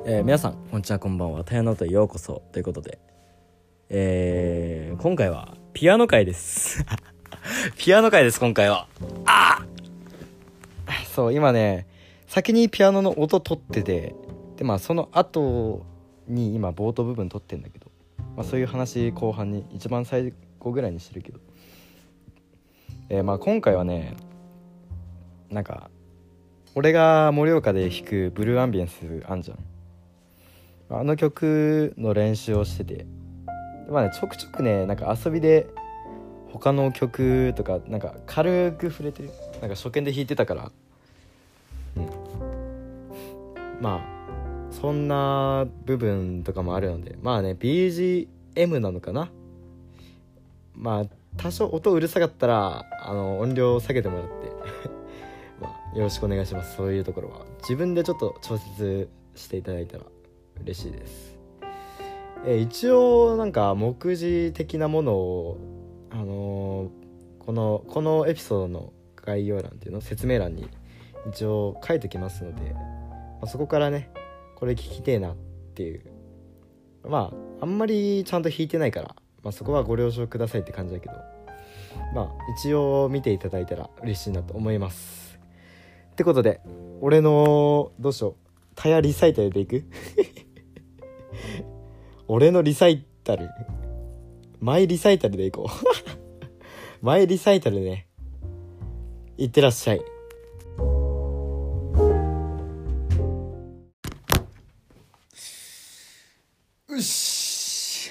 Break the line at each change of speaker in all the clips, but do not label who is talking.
皆さんこんにちは、こんばんは。たやのとへようこそということで、今回はピアノ会ですピアノ会です。今回はそう今ね、先にピアノの音取ってて、でその後に今冒頭部分取ってんだけど、そういう話後半に一番最後ぐらいにしてるけど、今回はね、なんか俺が盛岡で弾くブルーアンビエンスあんじゃん。あの曲の練習をしてて、ちょくちょくね、なんか遊びで他の曲とかなんか軽く触れてる、なんか初見で弾いてたから、そんな部分とかもあるので、BGM なのかな。多少音うるさかったら音量下げてもらってよろしくお願いします。そういうところは自分でちょっと調節していただいたら嬉しいです。一応なんか目次的なものをこのエピソードの概要欄っていうの説明欄に一応書いてきますので、そこからね、これ聞きてえなっていう、あんまりちゃんと弾いてないから、そこはご了承くださいって感じだけど、一応見ていただいたら嬉しいなと思います。ってことで、俺のどうしよう、タヤリサイタルでいく俺のリサイタル、マイリサイタルでいこうマイリサイタルね、いってらっしゃい。うっし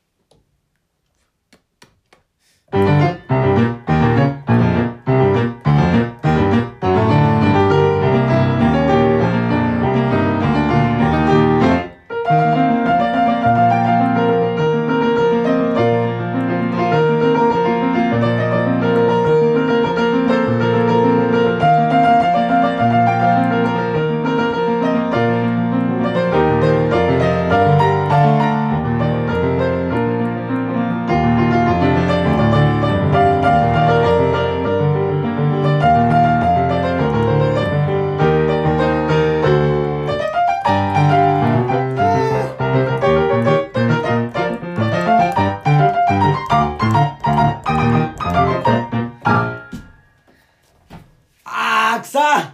くさ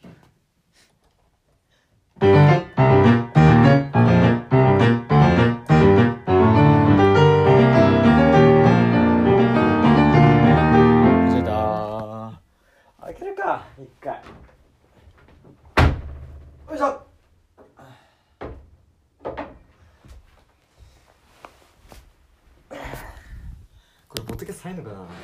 開けるか、一回。よいしょ。これボトキャス入んのかな。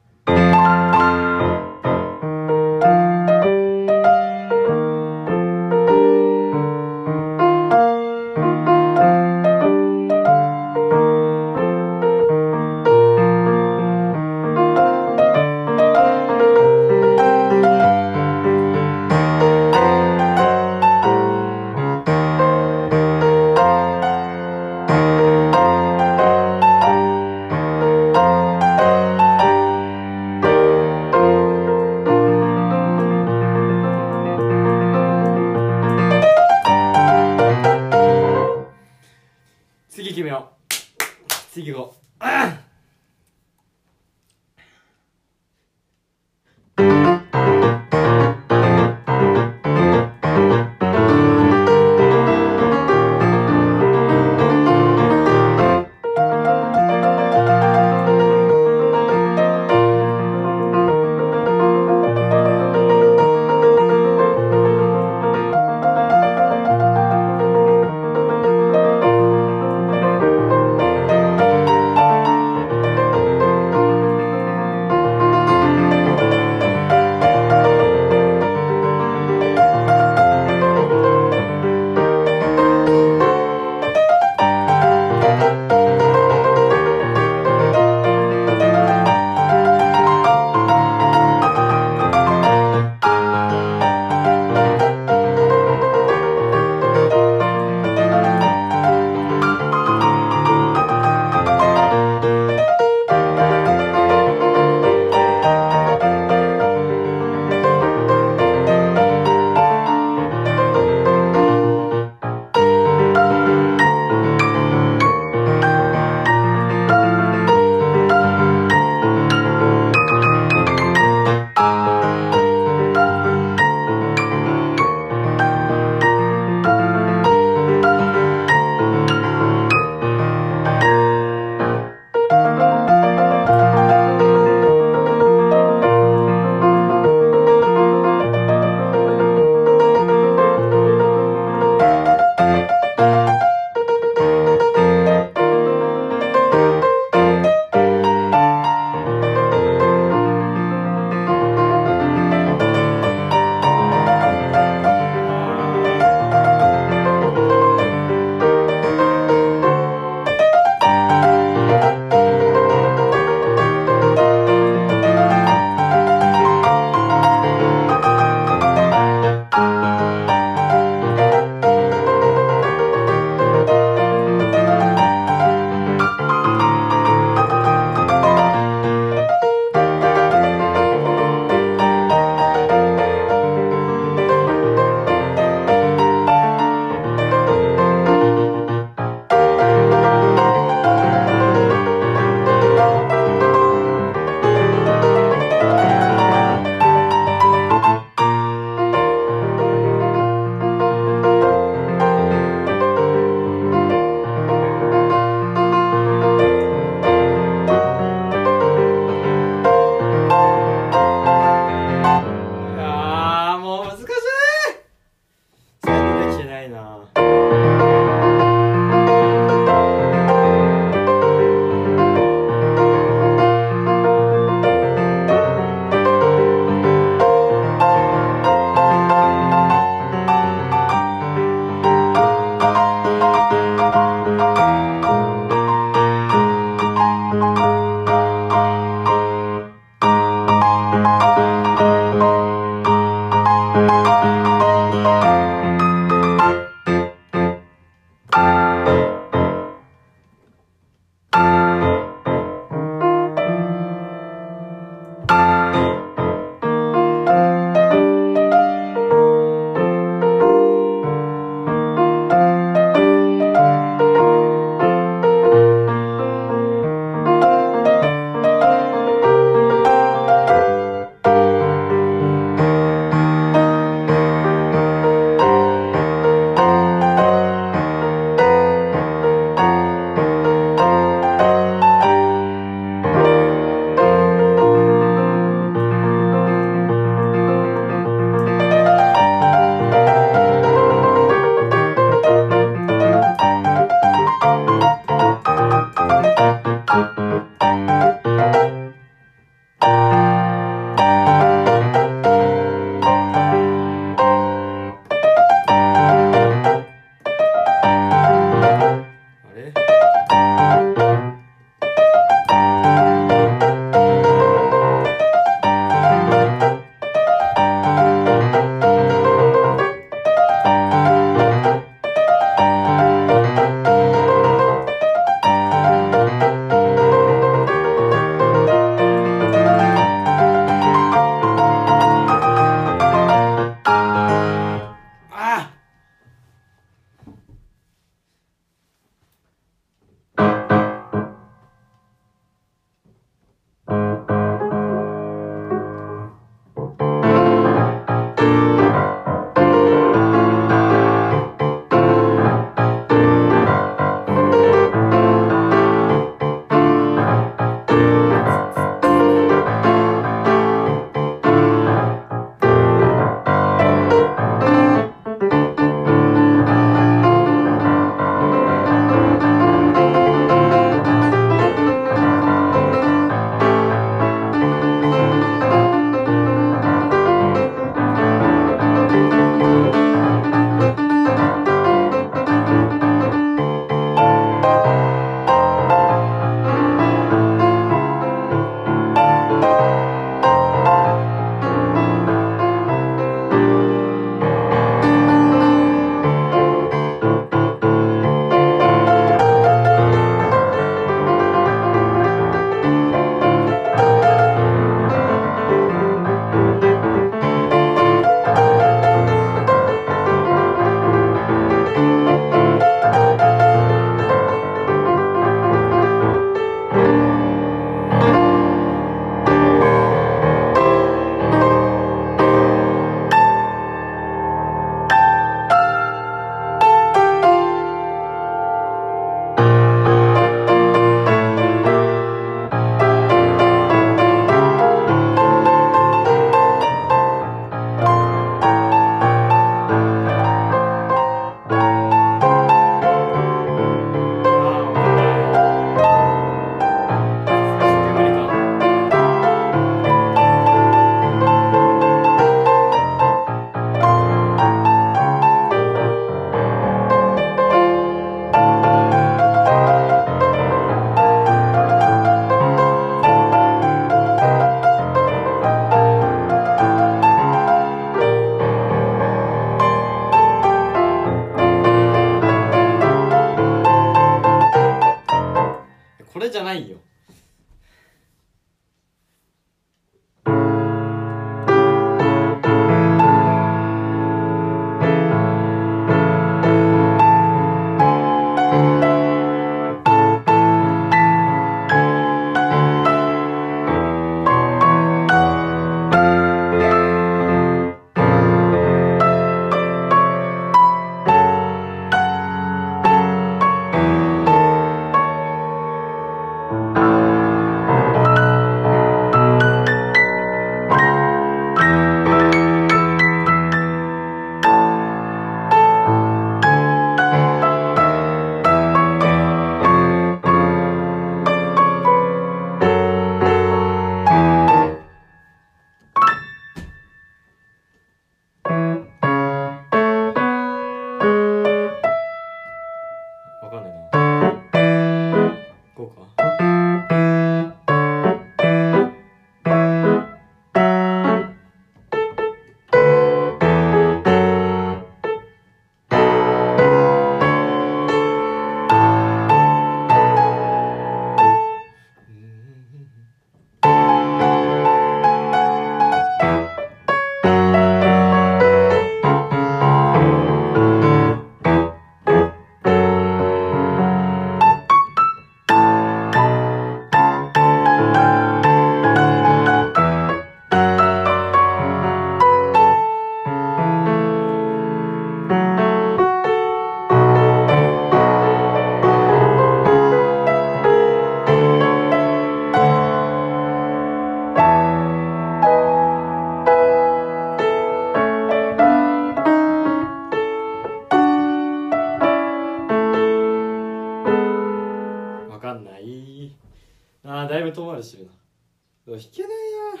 りしてるな。弾けないな。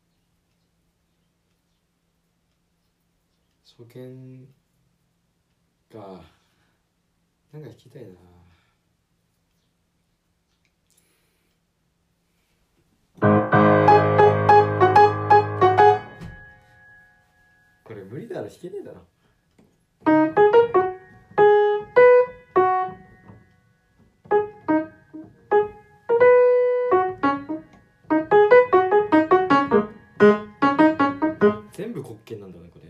初見か。なんか弾きたいな。これ無理だろ、弾けねえだろ。全部黒鍵なんだねこれ。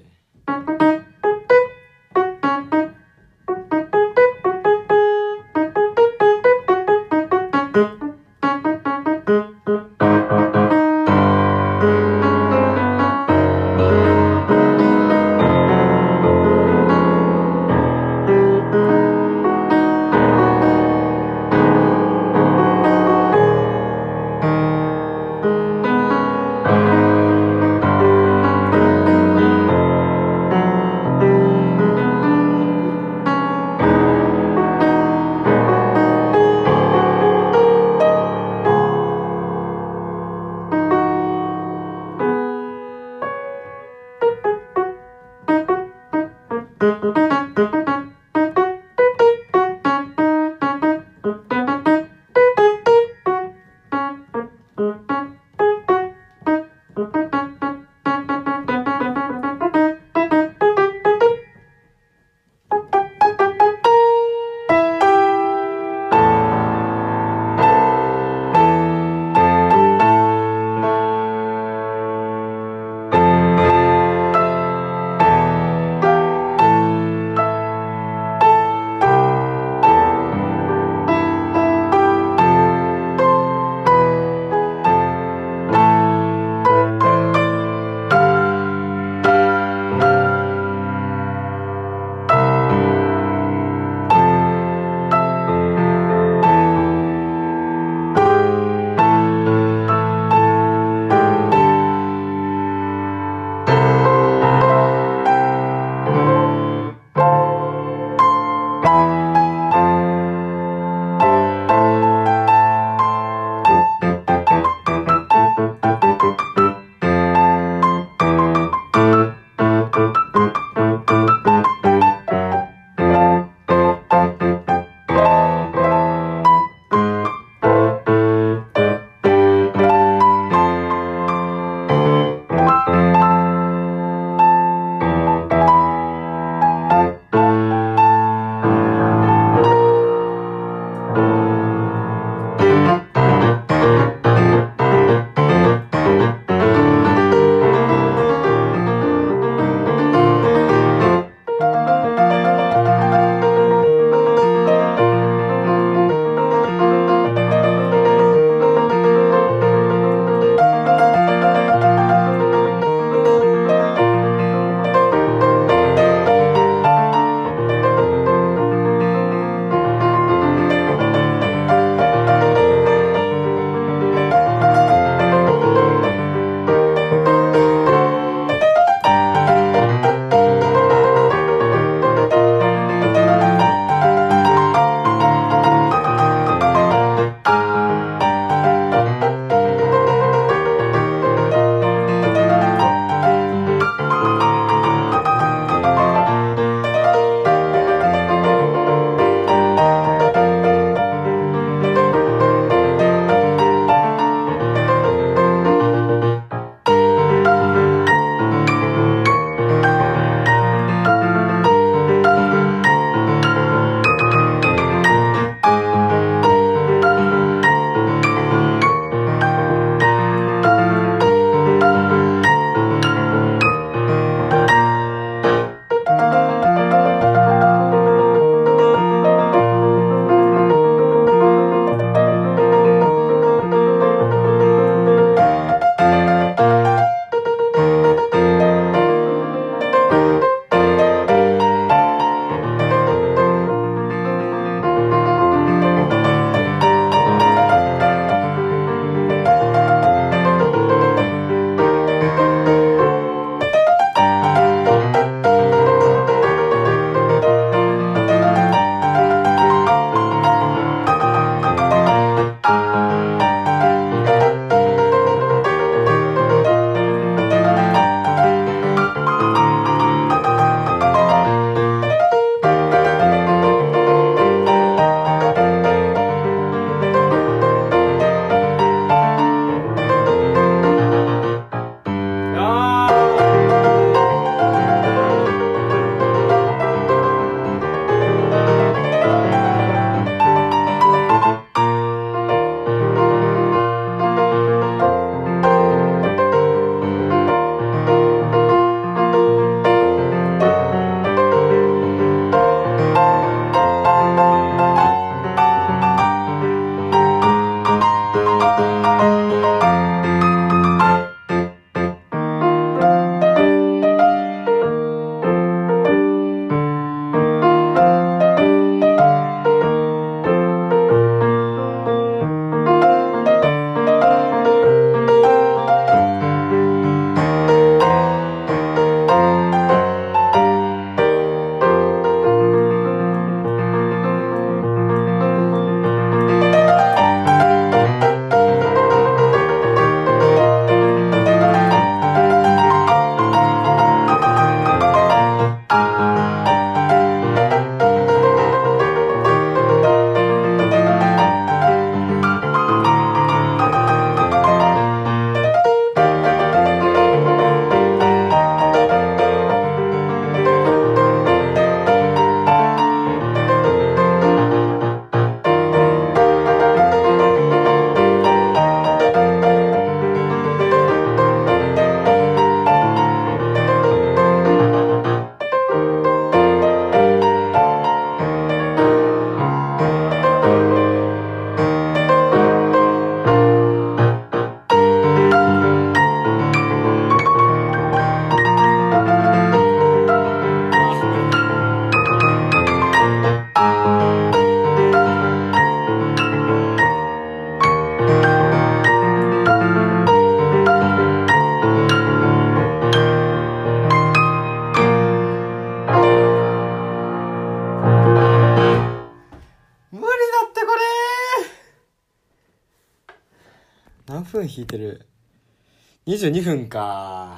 何分弾いてる。22分か。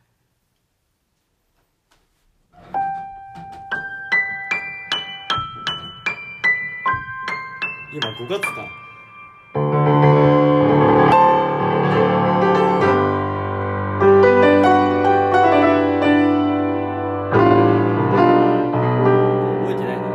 今5月か。覚えてないな。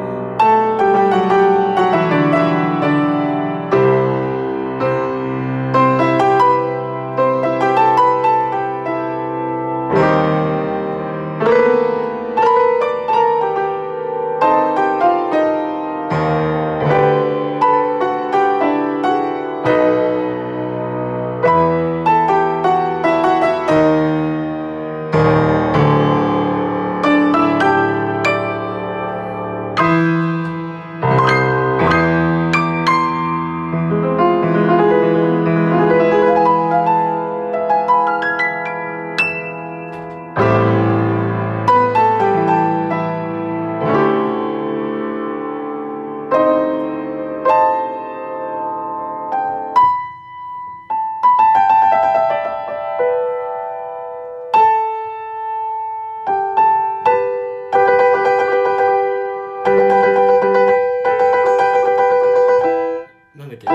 なんだっけ。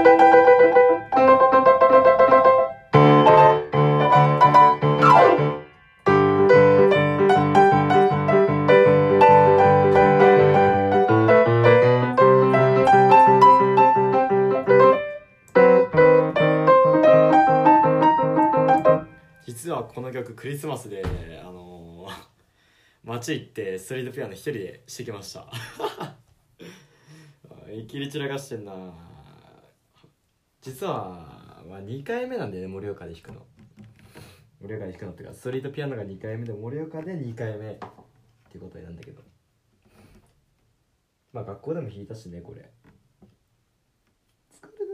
実はこの曲クリスマスで街行ってストリートピアノ一人でしてきましたいきり散らかしてんな。実は、2回目なんだよね、盛岡で弾くの。盛岡で弾くのってか、ストリートピアノが2回目で盛岡で2回目ってことなんだけど、学校でも弾いたしね、これ。疲れ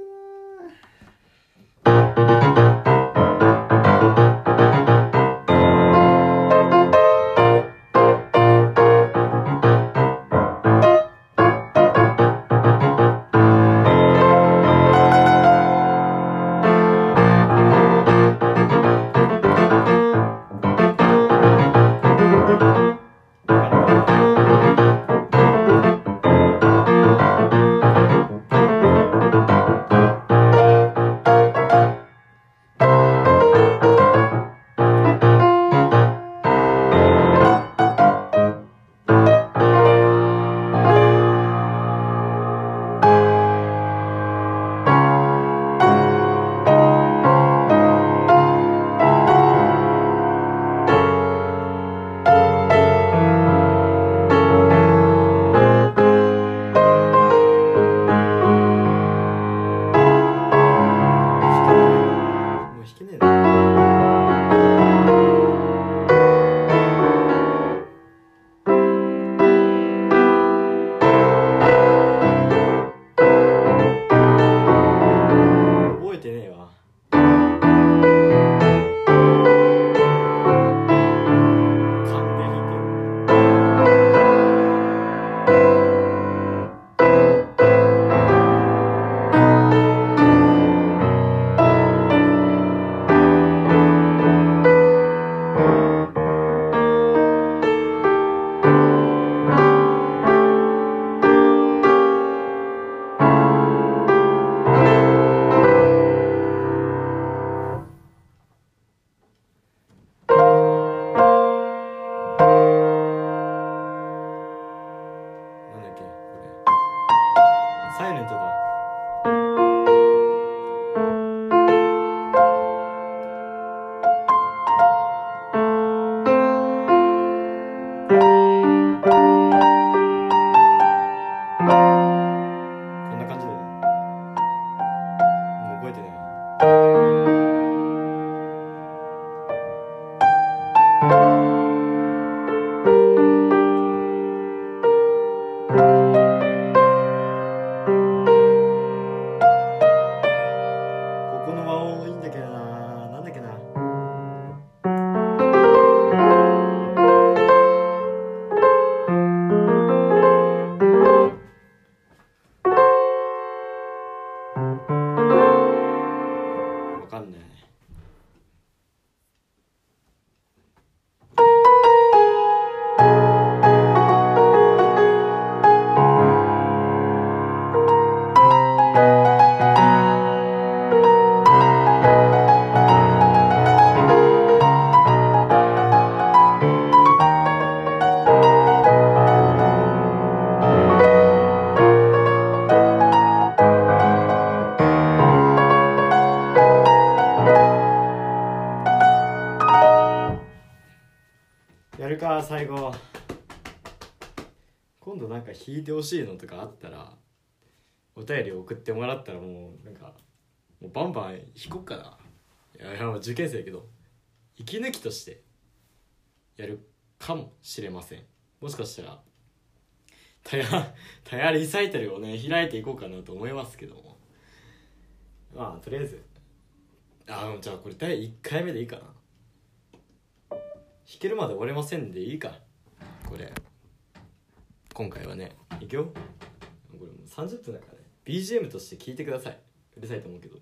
たな。 かんない。やるか最後。今度なんか弾いてほしいのとかあったらお便り送ってもらったら、もうなんかもうバンバン弾こっかな。いや受験生やけど息抜きとしてやるかもしれません。もしかしたらタヤリサイタルをね開いていこうかなと思いますけども、まあとりあえずじゃあこれ第1回目でいいかな。弾けるまで終われませんでいいかこれ今回はね。いくよ、これもう30分だからね。 BGM として聞いてください。うるさいと思うけど。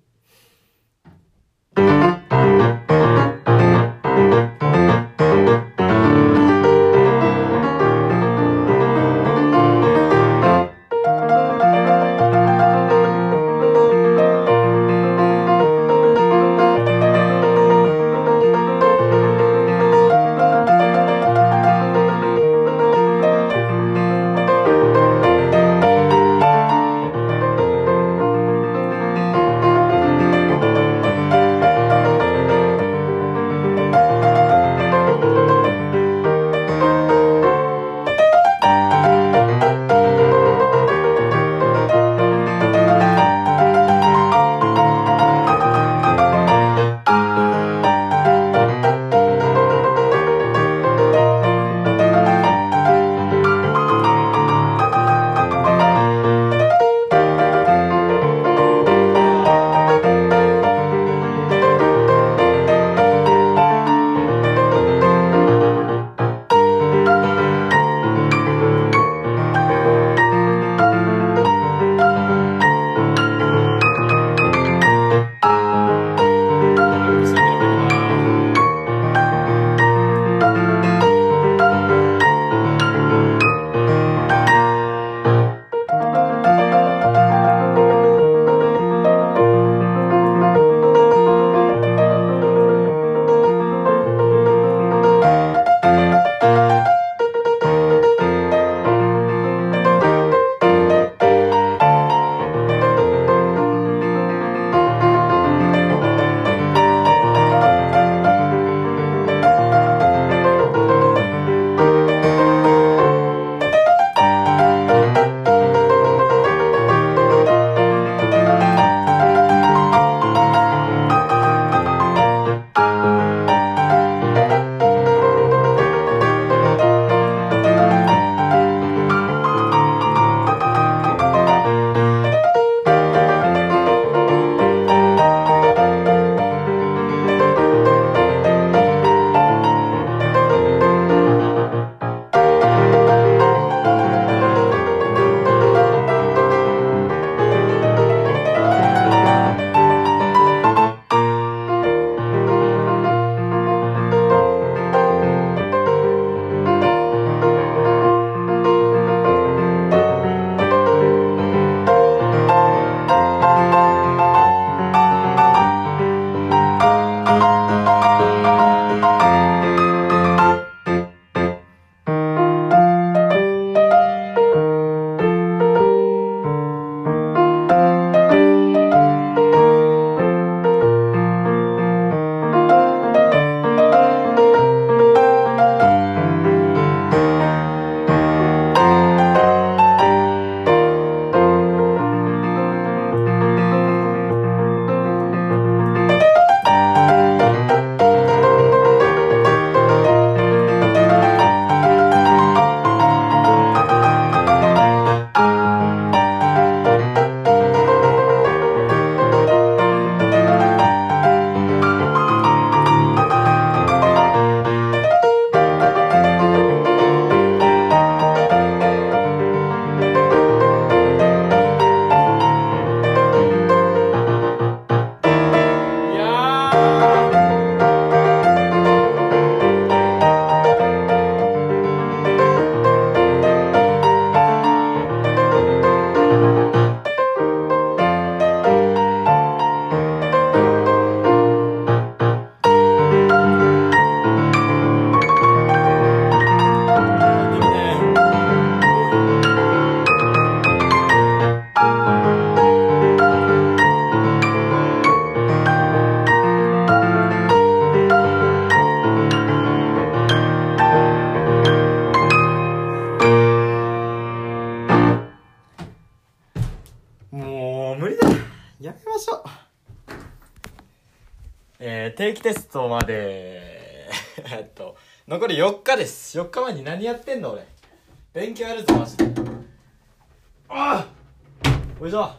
定期テストまで残り4日です。4日前に何やってんの俺。勉強やるぞマジで。ああおいしょ。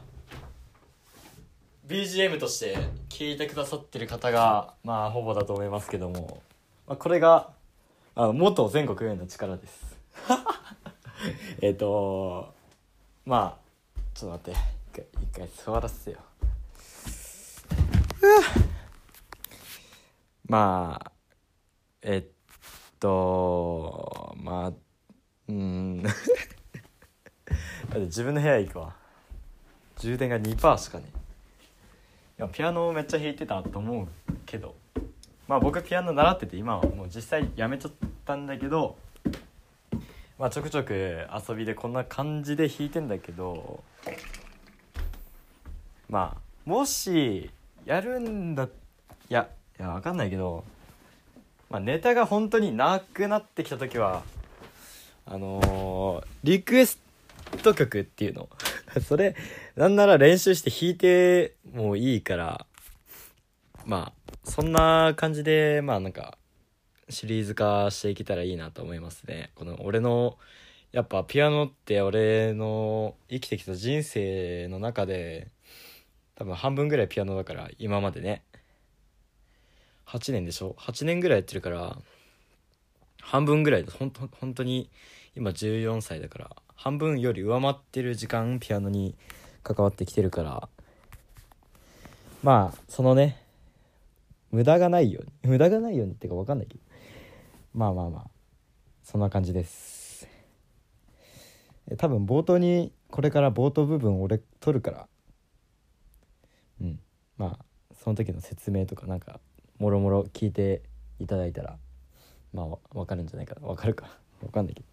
BGM として聞いてくださってる方がまあほぼだと思いますけども、まあ、これが元全国への力ですまあちょっと待って一回座らせてよ。まあまあだって自分の部屋行くわ。充電が 2% しかね。いやピアノめっちゃ弾いてたと思うけど、まあ僕ピアノ習ってて今はもう実際やめちゃったんだけど、まあちょくちょく遊びでこんな感じで弾いてんだけど、まあもしやるんだ、いやわかんないけど、まあネタが本当になくなってきた時はリクエスト曲っていうのそれなんなら練習して弾いてもいいから、まあそんな感じでまあなんかシリーズ化していけたらいいなと思いますね。この俺のやっぱピアノって俺の生きてきた人生の中で多分半分ぐらいピアノだから、今までね8年でしょ、8年ぐらいやってるから半分ぐらいで本当に今14歳だから半分より上回ってる時間ピアノに関わってきてるから、まあそのね無駄がないようにってか分かんないけど、まあそんな感じです。多分冒頭にこれから冒頭部分俺撮るから、まあその時の説明とかなんかもろもろ聞いていただいたらまあ分かるんじゃないかな。分かるか分かんないけど、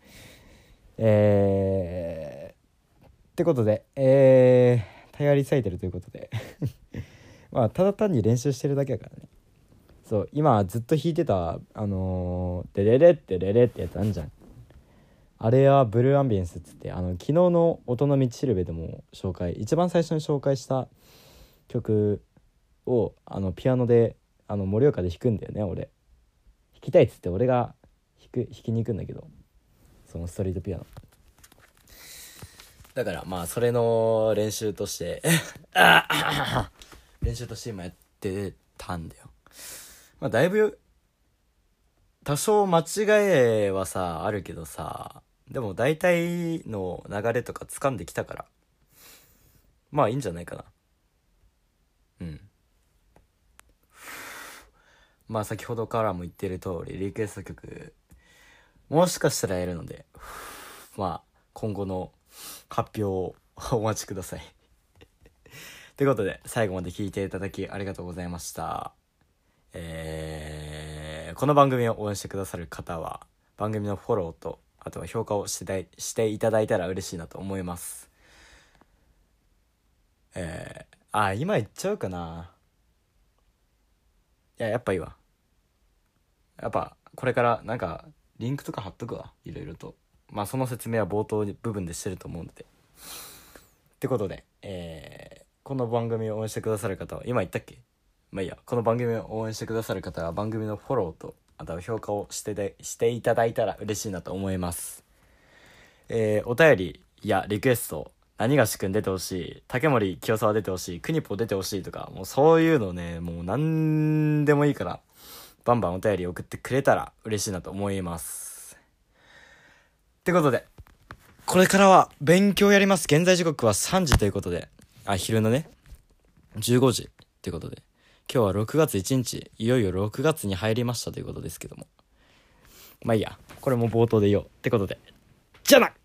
ってことでタイヤリサイテルということでまあただ単に練習してるだけだからね。そう今ずっと弾いてたデレレってレレってやつあんじゃん。あれはブルーアンビエンスっつって昨日の音の道しるべでも一番最初に紹介した曲をピアノで盛岡で弾くんだよね。俺弾きたいっつって俺が弾きに行くんだけど、そのストリートピアノだからまあそれの練習として今やってたんだよ。まあだいぶ多少間違いはさあるけどさ、でも大体の流れとか掴んできたからまあいいんじゃないかな。まあ先ほどからも言ってる通りリクエスト曲もしかしたらやるので、まあ今後の発表をお待ちくださいということで最後まで聞いていただきありがとうございました。この番組を応援してくださる方は番組のフォローとあとは評価をしていただいたら嬉しいなと思います。今言っちゃうかな。やっぱいいわ。やっぱこれからなんかリンクとか貼っとくわ、いろいろと。まあその説明は冒頭部分でしてると思うので。ってことで、この番組を応援してくださる方は今言ったっけ？まあいいや。この番組を応援してくださる方は番組のフォローとあとは評価をしていただいたら嬉しいなと思います。お便りやリクエスト、何がしくん出てほしい、竹森清沢出てほしい、くにぽ出てほしいとか、もうそういうのね、もう何でもいいからバンバンお便り送ってくれたら嬉しいなと思います。ってことでこれからは勉強やります。現在時刻は3時ということで、昼のね15時ってことで、今日は6月1日、いよいよ6月に入りましたということですけども、まあいいや、これも冒頭で言おうってことで、じゃあな。